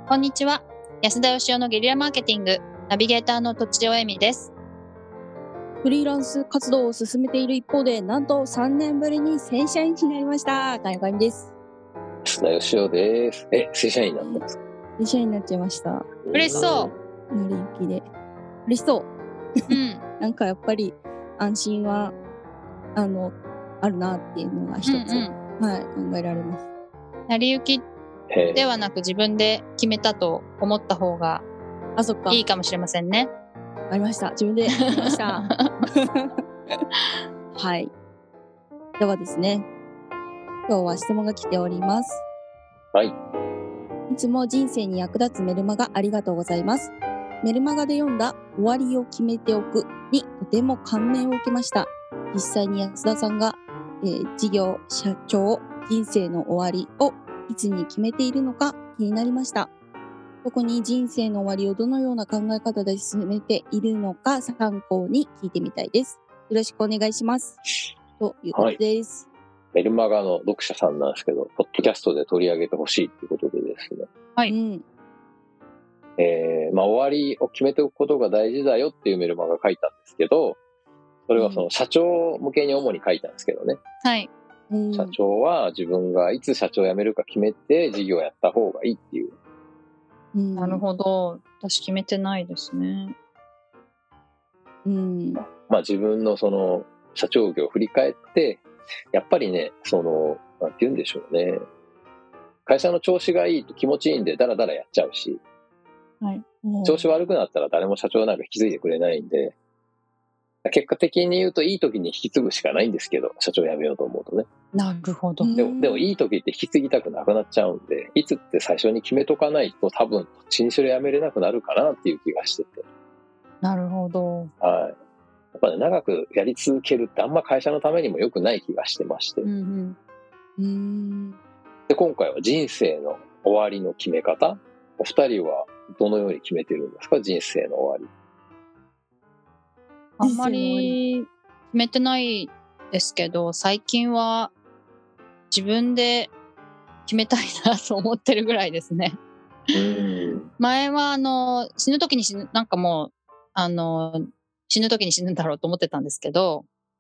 こんにちは。安田義雄のゲリラマーケティングナビゲーターのとちおえみです。 フリーランス活動を進めている一方で、なんと3年ぶりに正社員になりました。かよかみです。 安田義雄です。正社員になったんですか？ 正社員になっちゃいました。 嬉しそう。 成り行きで嬉しそう。なんかやっぱり安心はあるなっていうのが一つ、考えられます。 成り行きではなく自分で決めたと思った方がいいかもしれませんね。 ありました。自分で決めました。はい。ではですね、今日は質問が来ております。 はい。 いつも人生に役立つメルマガありがとうございます。メルマガで読んだ終わりを決めておくにとても感銘を受けました。実際に安田さんが、事業、社長、人生の終わりをいつに決めているのか気になりました。特に人生の終わりをどのような考え方で進めているのか参考に聞いてみたいです。よろしくお願いします。ということです。 メルマガの読者さんなんですけど、ポッドキャストで取り上げてほしいということでですね。 はい。 終わりを決めておくことが大事だよっていうメルマガ書いたんですけど、それはその社長向けに主に書いたんですけどね。 はい。 社長は自分がいつ社長を辞めるか決めて事業をやった方がいいっていう。 なるほど。私決めてないですね。 自分のその社長業を振り返って、やっぱりね、なんて言うんでしょうね。会社の調子がいいと気持ちいいんでダラダラやっちゃうし、 はい、 調子悪くなったら誰も社長なんか引き継いでくれないんで、結果的に言うといい時に引き継ぐしかないんですけど、社長辞めようと思うとね。 なるほど。 でもいい時って引き継ぎたくなくなっちゃうんで、いつって最初に決めとかないと多分どっちにしろ辞めれなくなるかなっていう気がしてて。 なるほど。 はい。やっぱり、長くやり続けるってあんま会社のためにも良くない気がしてまして。で、今回は人生の終わりの決め方。お二人はどのように決めてるんですか？人生の終わり。 あんまり決めてないですけど、最近は自分で決めたいなと思ってるぐらいですね。前は死ぬ時になんかもう死ぬ時に死ぬんだろうと思ってたんですけど、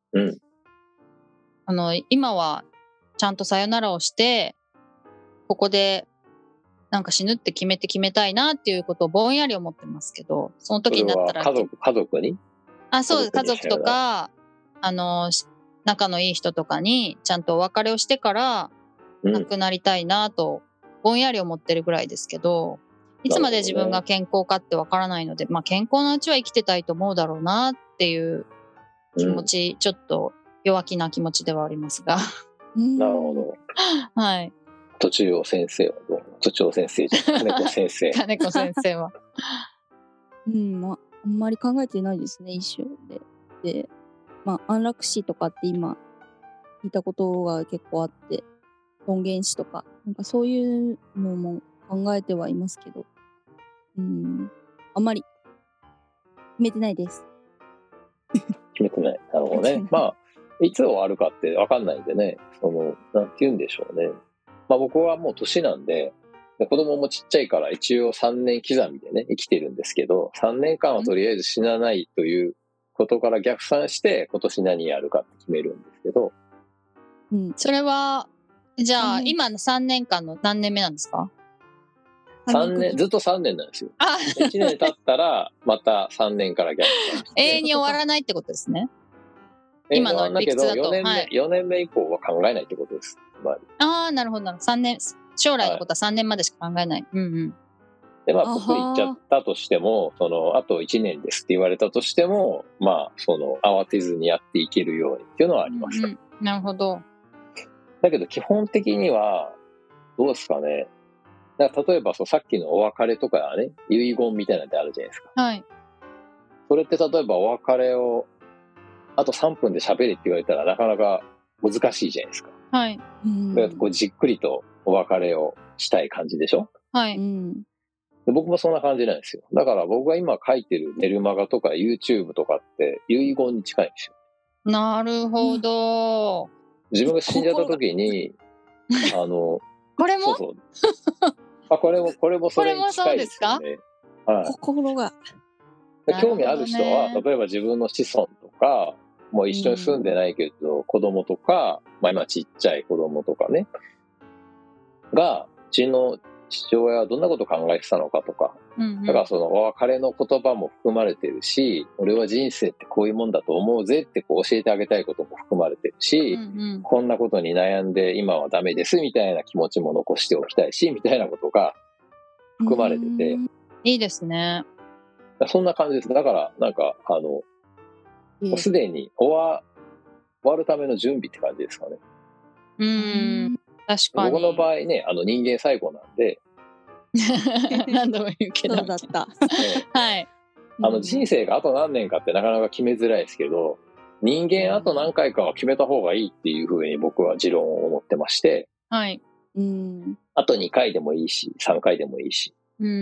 今はちゃんとさよならをしてここでなんか死ぬって決めたいなっていうことをぼんやり思ってますけど、その時になったら家族にそうです。家族とか仲のいい人とかにちゃんとお別れをしてから亡くなりたいなとぼんやり思ってるぐらいですけど、いつまで自分が健康かってわからないので、健康なうちは生きてたいと思うだろうなっていう気持ち、ちょっと弱気な気持ちではありますが。 なるほど。 はい。 とちお先生はどう？とちお先生じゃ金子先生。 金子先生は。 あんまり考えてないですね、一生で。で、安楽死とかって今聞いたことが結構あって、尊厳死とか、なんかそういうのも考えてはいますけど、あんまり決めてないです。 決めてない。なるほどね。いつ終わるかって分かんないんでね、なんて言うんでしょうね。僕はもう年なんで、子供もちっちゃいから一応3年刻みでね、生きてるんですけど、3年間はとりあえず死なないということから逆算して、今年何やるかって決めるんですけど。 それは、じゃあ、今の3年間の何年目なんですか ？3年、ずっと3年なんですよ。1年経ったら、また3年から逆算して。 永遠に終わらないってことですね。 今の理屈だと。4年目以降は考えないってことです。 なるほど。3年、将来のことは3年までしか考えない。 で、ぽっくりいっちゃったとしても、あと1年ですって言われたとしても、慌てずにやっていけるようにっていうのはあります。 なるほど。 だけど、基本的には、どうですかね。例えば、さっきのお別れとかね、遺言みたいなのってあるじゃないですか。 はい。 それって例えばお別れを、あと3分で喋れって言われたらなかなか難しいじゃないですか。 はい。 じっくりとお別れをしたい感じでしょ？ はい。 で僕もそんな感じなんですよ。だから僕が今書いてるメルマガとか YouTube とかって遺言に近いんですよ。 なるほど。 自分が死んじゃった時に、 これもこれもそれに近いですよね。はい。 心が。 興味ある人は、例えば自分の子孫とか、もう一緒に住んでないけど、子供とか、まあ今ちっちゃい子供とかね、が、うちの父親はどんなことを考えてたのかとか、だからそのお別れの言葉も含まれてるし、俺は人生ってこういうもんだと思うぜってこう教えてあげたいことも含まれてるし、こんなことに悩んで今はダメですみたいな気持ちも残しておきたいし、みたいなことが含まれてて。 いいですね。 そんな感じです。だから、なんか、もうすでに終わるための準備って感じですかね。 確かに。 僕の場合ね、人間最後なんで。 何度も言うけど。 そうだった。 はい。 人生があと何年かってなかなか決めづらいですけど、人間あと何回かは決めた方がいいっていうふうに僕は持論を持ってまして、 はい。 あと2回でもいいし、3回でもいいし。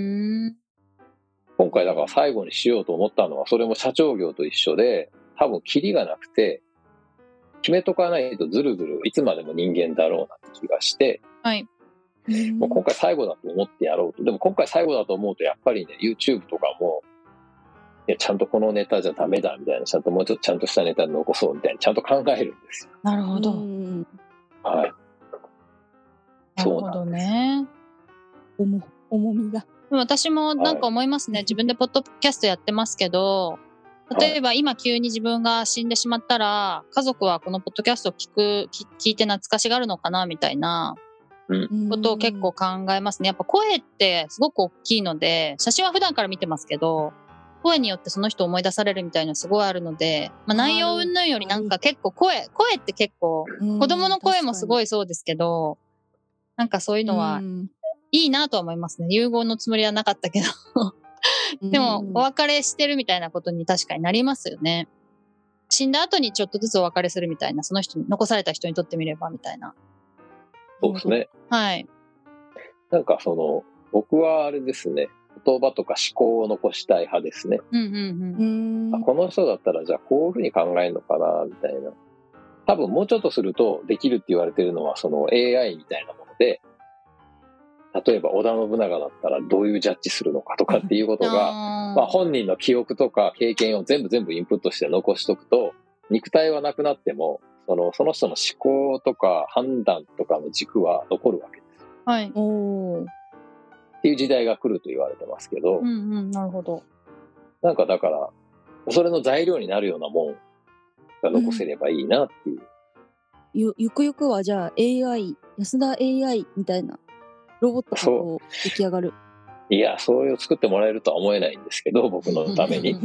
今回だから最後にしようと思ったのは、それも社長業と一緒で、多分キリがなくて、決めとかないとずるずるいつまでも人間だろうなって気がして、 はい。 もう今回最後だと思ってやろうと。でも今回最後だと思うと、やっぱりね、YouTube とかも、いやちゃんとこのネタじゃダメだみたいな、ちゃんともうちょっとちゃんとしたネタ残そうみたいな、ちゃんと考えるんですよ。 なるほど。 はい。 なるほどね。 重みが。 私もなんか思いますね。自分でポッドキャストやってますけど、例えば今急に自分が死んでしまったら、家族はこのポッドキャストを聞いて懐かしがるのかなみたいなことを結構考えますね。やっぱ声ってすごく大きいので、写真は普段から見てますけど、声によってその人を思い出されるみたいなのすごいあるので、まあ、内容云々よりなんか結構声って結構、子供の声もすごいそうですけど、なんかそういうのはいいなとは思いますね。融合のつもりはなかったけど。でも、お別れしてるみたいなことに確かになりますよね。死んだ後にちょっとずつお別れするみたいな、その人に、残された人にとってみればみたいな。 そうですね。 はい。 なんか僕はあれですね、言葉とか思考を残したい派ですね。この人だったらじゃあこういうふうに考えるのかな、みたいな。多分もうちょっとするとできるって言われてるのはその AI みたいなもので、例えば織田信長だったらどういうジャッジするのかとかっていうことが、まあ本人の記憶とか経験を全部インプットして残しとくと、肉体はなくなっても、その人の思考とか判断とかの軸は残るわけです。 はい。 っていう時代が来ると言われてますけど、 なるほど。 なんかだから、それの材料になるようなもんが残せればいいなっていう。 ゆくゆくはじゃあ AI、安田 AI みたいなロボットがこう出来上がる。 いや、そういう作ってもらえるとは思えないんですけど、僕のために。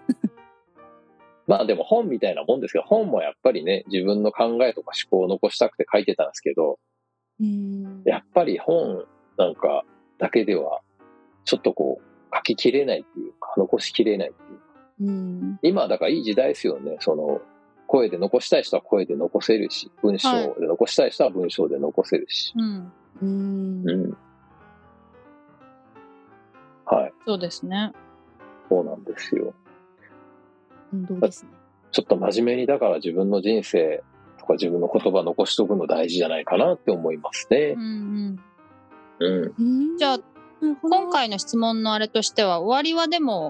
まあでも本みたいなもんですけど、本もやっぱりね、自分の考えとか思考を残したくて書いてたんですけど、やっぱり本なんかだけでは、ちょっとこう、書ききれないっていうか、残しきれないっていうか。今だからいい時代ですよね。声で残したい人は声で残せるし、文章で残したい人は文章で残せるし。はい。 そうですね。 そうなんですよ。 どうですね。 ちょっと真面目にだから自分の人生とか自分の言葉残しとくの大事じゃないかなって思いますね。 じゃあ、今回の質問のあれとしては、終わりはでも、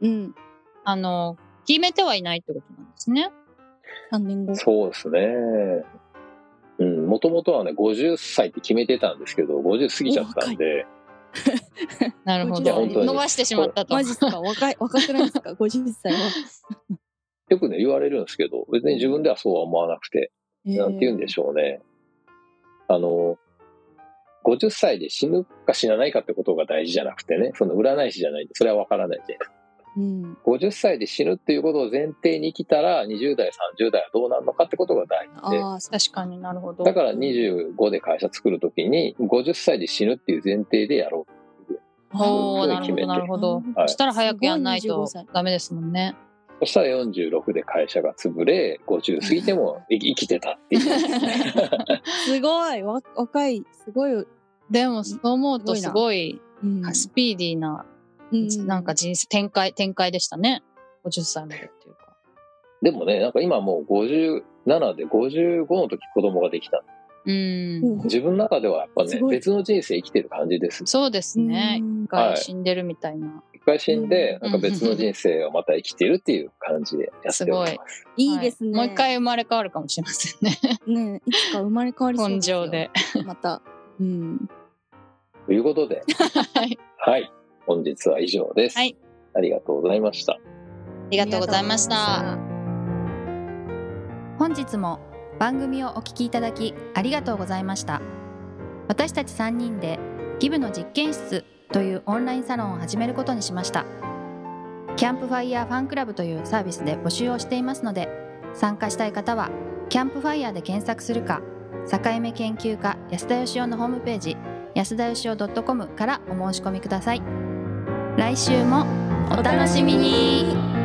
決めてはいないってことなんですね。 3年後。 そうですね。もともとはね、50歳って決めてたんですけど、50過ぎちゃったんで。 なるほど。伸ばしてしまったと。 マジっすか？若くないですか？50歳は。 よくね、言われるんですけど、別に自分ではそうは思わなくて、なんて言うんでしょうね。50歳で死ぬか死なないかってことが大事じゃなくてね、その占い師じゃないんで、それは分からないんで。50歳で死ぬっていうことを前提に生きたら、20代、30代はどうなるのかってことが大事で。確かになるほど。 だから25で会社作るときに、50歳で死ぬっていう前提でやろうって決めて。なるほど。そしたら早くやんないとダメですもんね。 そしたら46で会社が潰れ、50過ぎても生きてたっていう。 すごい若い、すごい。 でもそう思うとすごいスピーディーな、なんか人生展開でしたね。50歳までっていうか。 でもね、なんか今もう57で55の時子供ができた。 自分の中ではやっぱねすごい別の人生生きてる感じです。 そうですね。一回死んでるみたいな。 一回死んでなんか別の人生をまた生きてるっていう感じでやっております。 いいですね、 もう一回生まれ変わるかもしれませんね。 ね、いつか生まれ変わりそう根ですよ性で。 また。 ということで、はい、本日は以上です。 はい、 ありがとうございました。 ありがとうございました。 本日も番組をお聞きいただきありがとうございました。私たち3人でギブの実験室というオンラインサロンを始めることにしました。キャンプファイヤーファンクラブというサービスで募集をしていますので、参加したい方はキャンプファイヤーで検索するか、境目研究家安田義雄のホームページ安田義雄 .com からお申し込みください。来週もお楽しみに。